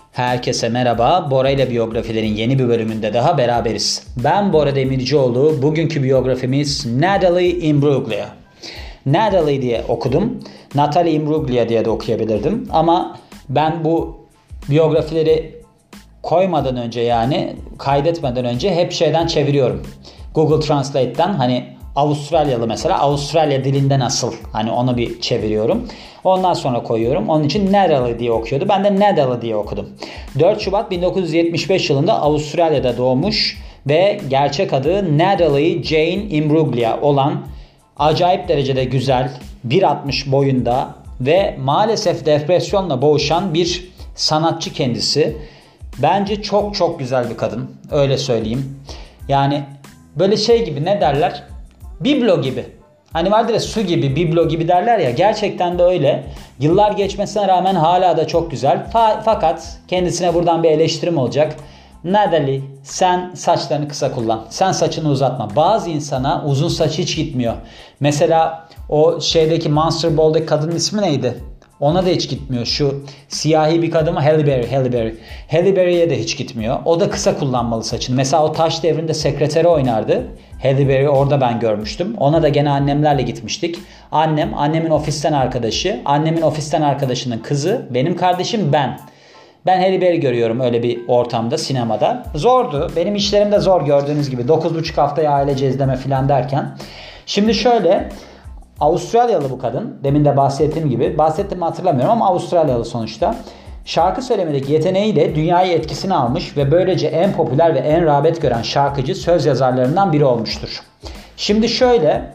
Herkese merhaba. Bora ile biyografilerin yeni bir bölümünde daha beraberiz. Ben Bora Demircioğlu. Bugünkü biyografimiz Natalie Imbruglia. Natalie diye okudum. Natalie Imbruglia diye de okuyabilirdim. Ama ben bu biyografileri koymadan önce, yani kaydetmeden önce hep şeyden çeviriyorum. Google Translate'ten, hani Avustralyalı mesela, Avustralya dilinde nasıl, hani onu bir çeviriyorum. Ondan sonra koyuyorum. Onun için Natalie diye okuyordu. Ben de Natalie diye okudum. 4 Şubat 1975 yılında Avustralya'da doğmuş ve gerçek adı Natalie Jane Imbruglia olan acayip derecede güzel, 1.60 boyunda ve maalesef depresyonla boğuşan bir sanatçı kendisi. Bence çok çok güzel bir kadın. Öyle söyleyeyim. Yani böyle şey gibi, ne derler? Biblo gibi. Hani vardır ya, su gibi, biblo gibi derler ya. Gerçekten de öyle. Yıllar geçmesine rağmen hala da çok güzel. Fakat kendisine buradan bir eleştirim olacak. Natalie, sen saçlarını kısa kullan. Sen saçını uzatma. Bazı insana uzun saç hiç gitmiyor. Mesela o şeydeki Monster Ball'daki kadının ismi neydi? Ona da hiç gitmiyor. Şu siyahi bir kadın mı? Halle Berry. Halle Berry'e de hiç gitmiyor. O da kısa kullanmalı saçını. Mesela o Taş Devri'nde sekreteri oynardı. Halle Berry, orada ben görmüştüm. Ona da gene annemlerle gitmiştik. Annemin ofisten arkadaşı, annemin ofisten arkadaşının kızı, benim kardeşim, ben. Ben Halle Berry görüyorum öyle bir ortamda, sinemada. Zordu. Benim işlerim de zor, gördüğünüz gibi. 9,5 haftaya ailece izleme falan derken. Şimdi şöyle... Avustralyalı bu kadın. Demin de bahsettiğim gibi. Bahsettim mi hatırlamıyorum ama Avustralyalı sonuçta. Şarkı söylemedeki yeteneğiyle dünyayı etkisine almış ve böylece en popüler ve en rağbet gören şarkıcı, söz yazarlarından biri olmuştur. Şimdi şöyle,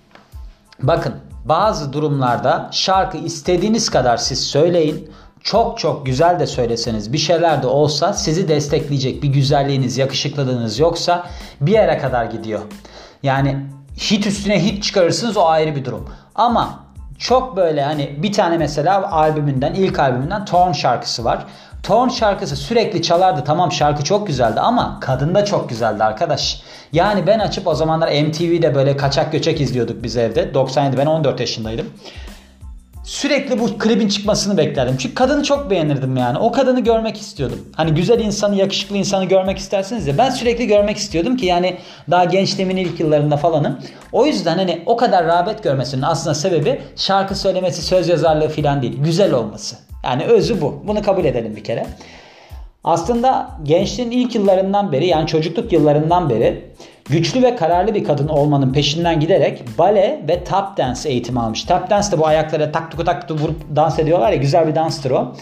bakın, bazı durumlarda şarkı istediğiniz kadar siz söyleyin. Çok çok güzel de söyleseniz, bir şeyler de olsa, sizi destekleyecek bir güzelliğiniz, yakışıklılığınız yoksa bir yere kadar gidiyor. Yani hit üstüne hit çıkarırsınız, o ayrı bir durum. Ama çok böyle, hani bir tane mesela ilk albümünden Torn şarkısı var. Torn şarkısı sürekli çalardı. Tamam, şarkı çok güzeldi ama kadın da çok güzeldi arkadaş. Yani ben açıp, o zamanlar MTV'de böyle kaçak göçek izliyorduk biz evde. 97, ben 14 yaşındaydım. Sürekli bu klibin çıkmasını beklerdim. Çünkü kadını çok beğenirdim yani. O kadını görmek istiyordum. Hani güzel insanı, yakışıklı insanı görmek istersiniz ya. Ben sürekli görmek istiyordum ki, yani daha gençliğimin ilk yıllarında falanım. O yüzden hani o kadar rağbet görmesinin aslında sebebi şarkı söylemesi, söz yazarlığı falan değil. Güzel olması. Yani özü bu. Bunu kabul edelim bir kere. Aslında gençliğin ilk yıllarından beri, yani çocukluk yıllarından beri güçlü ve kararlı bir kadın olmanın peşinden giderek bale ve tap dance eğitimi almış. Tap dance de bu ayaklara tak tuk vurup dans ediyorlar ya, güzel bir danstır o.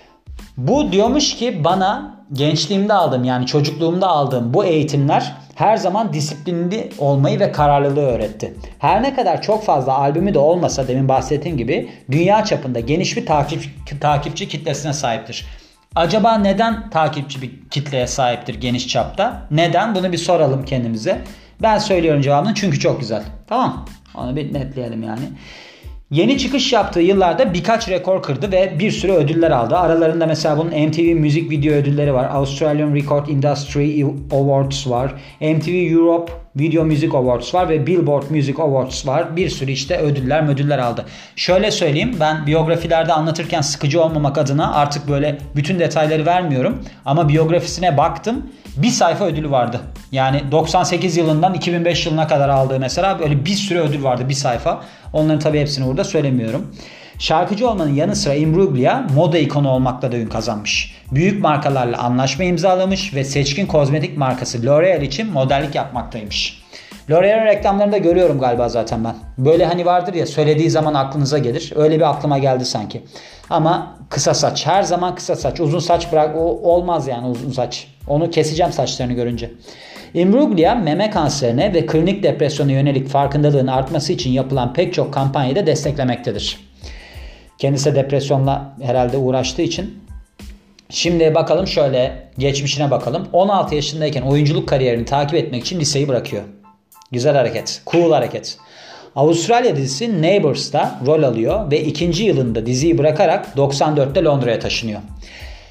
Bu diyormuş ki, bana gençliğimde aldığım, yani çocukluğumda aldığım bu eğitimler her zaman disiplinli olmayı ve kararlılığı öğretti. Her ne kadar çok fazla albümü de olmasa, demin bahsettiğim gibi, dünya çapında geniş bir takipçi kitlesine sahiptir. Acaba neden takipçi bir kitleye sahiptir geniş çapta? Neden? Bunu bir soralım kendimize. Ben söylüyorum cevabını, çünkü çok güzel. Tamam. Onu bir netleyelim yani. Yeni çıkış yaptığı yıllarda birkaç rekor kırdı ve bir sürü ödüller aldı. Aralarında mesela bunun MTV müzik video ödülleri var. Australian Record Industry Awards var. MTV Europe Video Music Awards var ve Billboard Music Awards var. Bir sürü işte ödüller aldı. Şöyle söyleyeyim, ben biyografilerde anlatırken sıkıcı olmamak adına artık böyle bütün detayları vermiyorum. Ama biyografisine baktım. Bir sayfa ödülü vardı. Yani 98 yılından 2005 yılına kadar aldığı mesela böyle bir sürü ödül vardı, bir sayfa. Onların tabii hepsini burada söylemiyorum. Şarkıcı olmanın yanı sıra Imbruglia moda ikonu olmakla da ün kazanmış. Büyük markalarla anlaşma imzalamış ve seçkin kozmetik markası L'Oreal için modellik yapmaktaymış. L'Oreal'in reklamlarında görüyorum galiba zaten ben. Böyle hani vardır ya, söylediği zaman aklınıza gelir. Öyle bir aklıma geldi sanki. Ama kısa saç. Her zaman kısa saç. Uzun saç bırak. Olmaz yani uzun saç. Onu keseceğim saçlarını görünce. Imbruglia, meme kanserine ve klinik depresyona yönelik farkındalığın artması için yapılan pek çok kampanyayı da desteklemektedir. Kendisi depresyonla herhalde uğraştığı için. Şimdi bakalım, şöyle geçmişine bakalım. 16 yaşındayken oyunculuk kariyerini takip etmek için liseyi bırakıyor. Güzel hareket. Cool hareket. Avustralya dizisi Neighbours'ta rol alıyor ve 2. yılında diziyi bırakarak 94'te Londra'ya taşınıyor.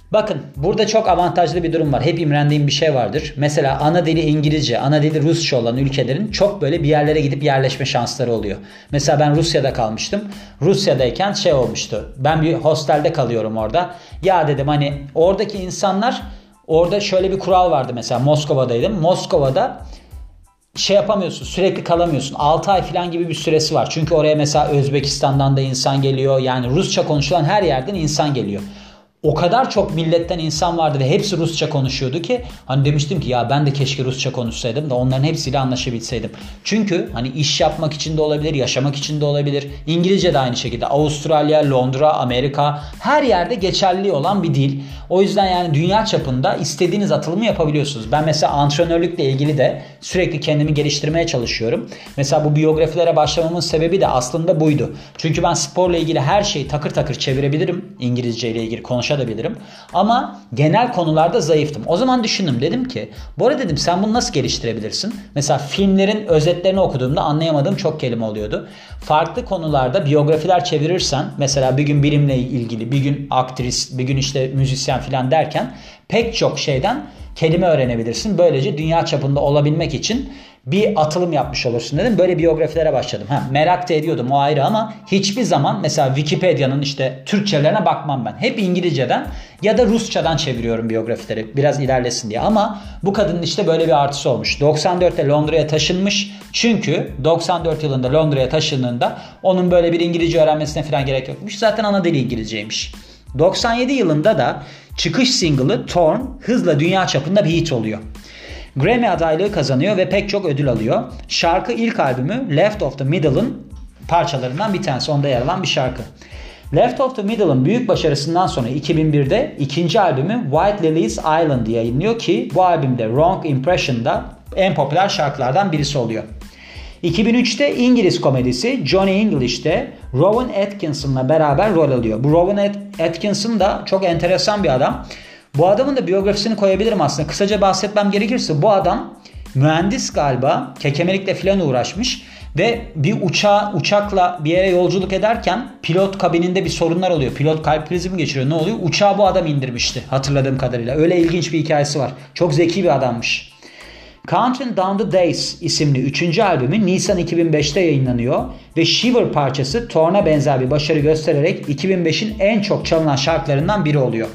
Bakın burada çok avantajlı bir durum var. Hep imrendiğim bir şey vardır. Mesela ana dili İngilizce, ana dili Rusça olan ülkelerin çok böyle bir yerlere gidip yerleşme şansları oluyor. Mesela ben Rusya'da kalmıştım. Rusya'dayken şey olmuştu. Ben bir hostelde kalıyorum orada. Ya dedim hani oradaki insanlar, orada şöyle bir kural vardı mesela, Moskova'daydım. Moskova'da şey yapamıyorsun, sürekli kalamıyorsun. 6 ay falan gibi bir süresi var. Çünkü oraya mesela Özbekistan'dan da insan geliyor. Yani Rusça konuşulan her yerden insan geliyor. O kadar çok milletten insan vardı ve hepsi Rusça konuşuyordu ki hani demiştim ki ya ben de keşke Rusça konuşsaydım da onların hepsiyle anlaşabilseydim. Çünkü hani iş yapmak için de olabilir, yaşamak için de olabilir. İngilizce de aynı şekilde. Avustralya, Londra, Amerika, her yerde geçerli olan bir dil. O yüzden yani dünya çapında istediğiniz atılımı yapabiliyorsunuz. Ben mesela antrenörlükle ilgili de sürekli kendimi geliştirmeye çalışıyorum. Mesela bu biyografilere başlamamın sebebi de aslında buydu. Çünkü ben sporla ilgili her şeyi takır takır çevirebilirim. İngilizce ile ilgili konuşabilirim. Ama genel konularda zayıftım. O zaman düşündüm, dedim ki Bora dedim sen bunu nasıl geliştirebilirsin? Mesela filmlerin özetlerini okuduğumda anlayamadığım çok kelime oluyordu. Farklı konularda biyografiler çevirirsen, mesela bir gün bilimle ilgili, bir gün aktris, bir gün işte müzisyen falan derken pek çok şeyden kelime öğrenebilirsin. Böylece dünya çapında olabilmek için bir atılım yapmış olursun dedim. Böyle biyografilere başladım. Merak da ediyordum, o ayrı, ama hiçbir zaman mesela Wikipedia'nın işte Türkçelerine bakmam ben. Hep İngilizceden ya da Rusçadan çeviriyorum biyografileri biraz ilerlesin diye. Ama bu kadının işte böyle bir artısı olmuş. 94'te Londra'ya taşınmış. Çünkü 94 yılında Londra'ya taşındığında onun böyle bir İngilizce öğrenmesine falan gerek yokmuş. Zaten ana dili İngilizceymiş. 97 yılında da çıkış single'ı Torn hızla dünya çapında bir hit oluyor. Grammy adaylığı kazanıyor ve pek çok ödül alıyor. Şarkı ilk albümü Left of the Middle'ın parçalarından bir tanesi. Onda yer alan bir şarkı. Left of the Middle'ın büyük başarısından sonra 2001'de ikinci albümü White Lilies Island yayınlıyor ki bu albümde Wrong Impression'da en popüler şarkılardan birisi oluyor. 2003'te İngiliz komedisi Johnny English'te Rowan Atkinson'la beraber rol alıyor. Bu Rowan Atkinson da çok enteresan bir adam. Bu adamın da biyografisini koyabilirim aslında. Kısaca bahsetmem gerekirse bu adam mühendis galiba. Kekemelikle falan uğraşmış. Ve bir uçakla bir yere yolculuk ederken pilot kabininde bir sorunlar oluyor. Pilot kalp krizi mi geçiriyor, ne oluyor? Uçağı bu adam indirmişti hatırladığım kadarıyla. Öyle ilginç bir hikayesi var. Çok zeki bir adammış. Counting Down the Days isimli 3. albümü Nisan 2005'te yayınlanıyor ve Shiver parçası Torn'a benzer bir başarı göstererek 2005'in en çok çalınan şarkılarından biri oluyor.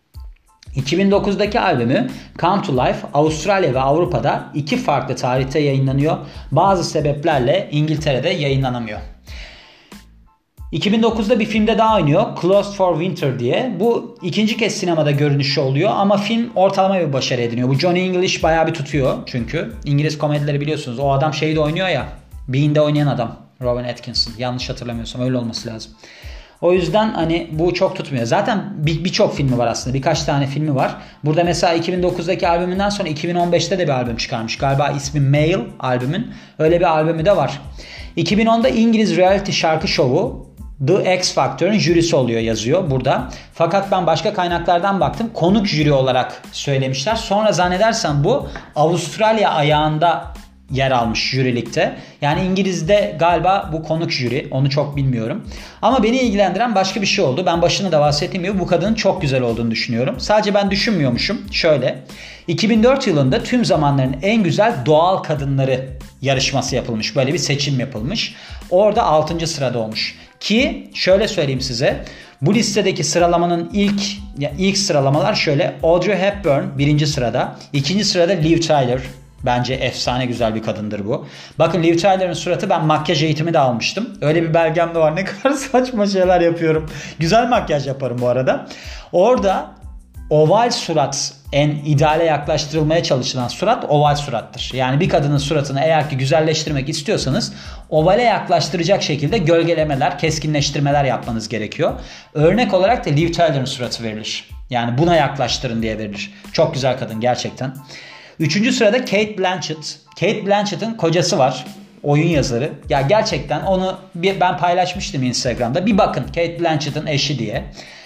2009'daki albümü Come to Life Avustralya ve Avrupa'da 2 farklı tarihte yayınlanıyor. Bazı sebeplerle İngiltere'de yayınlanamıyor. 2009'da bir filmde daha oynuyor. Closed for Winter diye. Bu ikinci kez sinemada görünüşü oluyor ama film ortalama bir başarı ediniyor. Bu Johnny English bayağı bir tutuyor çünkü. İngiliz komedileri biliyorsunuz. O adam şeyde oynuyor ya. Bean'de oynayan adam. Rowan Atkinson. Yanlış hatırlamıyorsam öyle olması lazım. O yüzden hani bu çok tutmuyor. Zaten birçok filmi var aslında. Birkaç tane filmi var. Burada mesela 2009'daki albümünden sonra 2015'te de bir albüm çıkarmış. Galiba ismi Male albümün. Öyle bir albümü de var. 2010'da İngiliz reality şarkı şovu The X Factor'ın jürisi oluyor yazıyor burada. Fakat ben başka kaynaklardan baktım. Konuk jüri olarak söylemişler. Sonra zannedersem bu Avustralya ayağında yer almış jürilikte. Yani İngiliz'de galiba bu konuk jüri. Onu çok bilmiyorum. Ama beni ilgilendiren başka bir şey oldu. Ben başını da bahsettiğim gibi bu kadının çok güzel olduğunu düşünüyorum. Sadece ben düşünmüyormuşum. Şöyle. 2004 yılında tüm zamanların en güzel doğal kadınları yarışması yapılmış. Böyle bir seçim yapılmış. Orada 6. sırada olmuş. Ki şöyle söyleyeyim size. Bu listedeki sıralamanın ilk sıralamalar şöyle. Audrey Hepburn 1. sırada. 2. sırada Liv Tyler. Bence efsane güzel bir kadındır bu. Bakın Liv Tyler'ın suratı, ben makyaj eğitimi de almıştım. Öyle bir belgem de var. Ne kadar saçma şeyler yapıyorum. Güzel makyaj yaparım bu arada. Orada oval surat, en ideale yaklaştırılmaya çalışılan surat oval surattır. Yani bir kadının suratını eğer ki güzelleştirmek istiyorsanız ovale yaklaştıracak şekilde gölgelemeler, keskinleştirmeler yapmanız gerekiyor. Örnek olarak da Liv Tyler'ın suratı verilir. Yani buna yaklaştırın diye verilir. Çok güzel kadın gerçekten. 3. sırada Cate Blanchett. Cate Blanchett'ın kocası var. Oyun yazarı. Ya gerçekten onu ben paylaşmıştım Instagram'da. Bir bakın Cate Blanchett'ın eşi diye.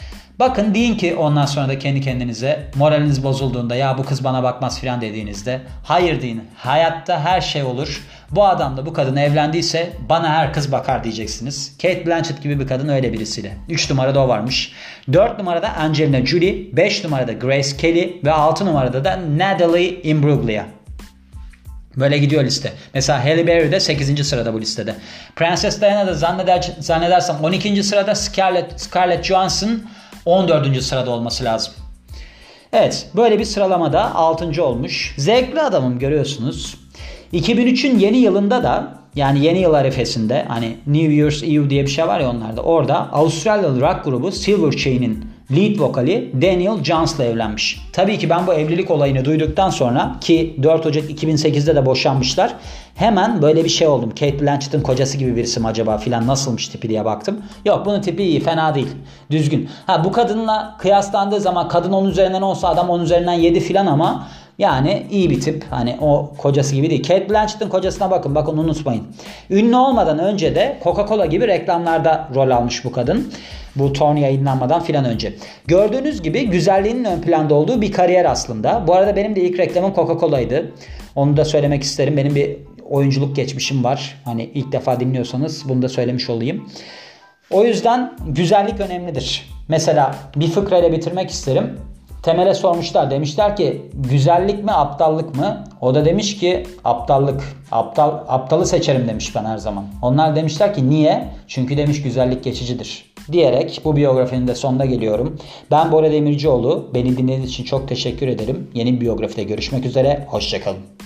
Bakın deyin ki ondan sonra da kendi kendinize moraliniz bozulduğunda ya bu kız bana bakmaz filan dediğinizde hayır deyin. Hayatta her şey olur. Bu adam da bu kadın evlendiyse bana her kız bakar diyeceksiniz. Cate Blanchett gibi bir kadın öyle birisiyle. 3 numarada o varmış. 4 numarada Angelina Jolie, 5 numarada Grace Kelly ve 6 numarada da Natalie Imbruglia. Böyle gidiyor liste. Mesela Halle Berry de 8. sırada bu listede. Princess Diana da zannedersem 12. sırada, Scarlett Johansson 14. sırada olması lazım. Evet, böyle bir sıralamada 6. olmuş. Zevkli adamım, görüyorsunuz. 2003'ün yeni yılında da, yani yeni yıl arifesinde, hani New Year's Eve diye bir şey var ya onlarda. Orada Avustralyalı rock grubu Silverchair'in lead vokali Daniel Johns'la evlenmiş. Tabii ki ben bu evlilik olayını duyduktan sonra, ki 4 Ocak 2008'de de boşanmışlar, hemen böyle bir şey oldum. Cate Blanchett'ın kocası gibi birisi mi acaba filan, nasılmış tipi diye baktım. Yok, bunun tipi iyi, fena değil. Düzgün. Bu kadınla kıyaslandığı zaman kadın 10 üzerinden olsa adam 10 üzerinden 7 filan ama yani iyi bir tip. Hani o kocası gibi değil. Cate Blanchett'ın kocasına bakın unutmayın. Ünlü olmadan önce de Coca-Cola gibi reklamlarda rol almış bu kadın. Bu ton yayınlanmadan filan önce. Gördüğünüz gibi güzelliğinin ön planda olduğu bir kariyer aslında. Bu arada benim de ilk reklamım Coca-Cola'ydı. Onu da söylemek isterim. Benim bir oyunculuk geçmişim var. Hani ilk defa dinliyorsanız bunu da söylemiş olayım. O yüzden güzellik önemlidir. Mesela bir fıkrayla bitirmek isterim. Temel'e sormuşlar. Demişler ki güzellik mi aptallık mı? O da demiş ki aptallık. Aptalı seçerim demiş ben her zaman. Onlar demişler ki niye? Çünkü demiş güzellik geçicidir. Diyerek bu biyografinin de sonuna geliyorum. Ben Bora Demircioğlu. Beni dinlediğiniz için çok teşekkür ederim. Yeni bir biyografide görüşmek üzere. Hoşçakalın.